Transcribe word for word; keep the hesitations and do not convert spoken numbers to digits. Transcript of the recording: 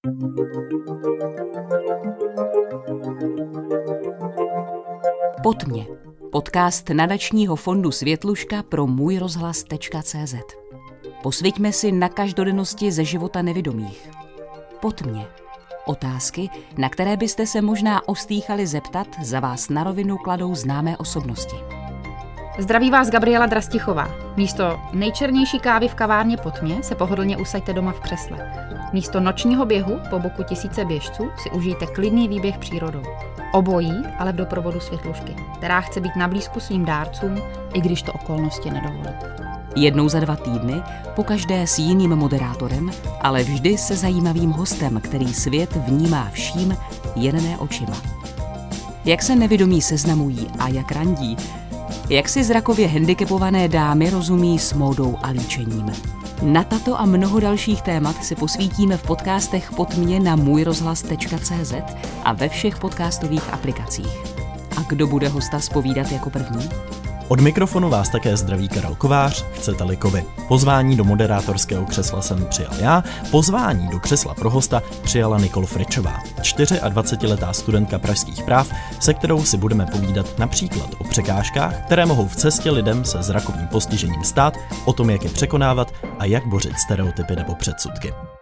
Pod mě. Podcast nadačního fondu Světluška pro můj rozhlas tečka cé zet. Posvěťme si na každodennosti ze života nevidomých. Pod mě. Otázky, na které byste se možná ostýchali zeptat, za vás na rovinu kladou známé osobnosti. Zdraví vás Gabriela Drastichová. Místo nejčernější kávy v kavárně Pod mě se pohodlně usaďte doma v křesle. Místo nočního běhu po boku tisíce běžců si užijte klidný výběh přírodou. Obojí, ale v doprovodu Světlušky, která chce být na blízku svým dárcům, i když to okolnosti nedovolí. Jednou za dva týdny, pokaždé s jiným moderátorem, ale vždy se zajímavým hostem, který svět vnímá vším, jen ne očima. Jak se nevidomí seznamují a jak randí, jak si zrakově handicapované dámy rozumí s módou a líčením. Na tato a mnoho dalších témat si posvítíme v podcastech Pod mě na můj rozhlas tečka cé zet a ve všech podcastových aplikacích. A kdo bude hosta zpovídat jako první? Od mikrofonu vás také zdraví Karel Kovář, chcete-li kovy. Pozvání do moderátorského křesla jsem přijal já, pozvání do křesla pro hosta přijala Nikol Fričová, dvacetičtyřletá studentka pražských práv, se kterou si budeme povídat například o překážkách, které mohou v cestě lidem se zrakovým postižením stát, o tom, jak je překonávat a jak bořit stereotypy nebo předsudky.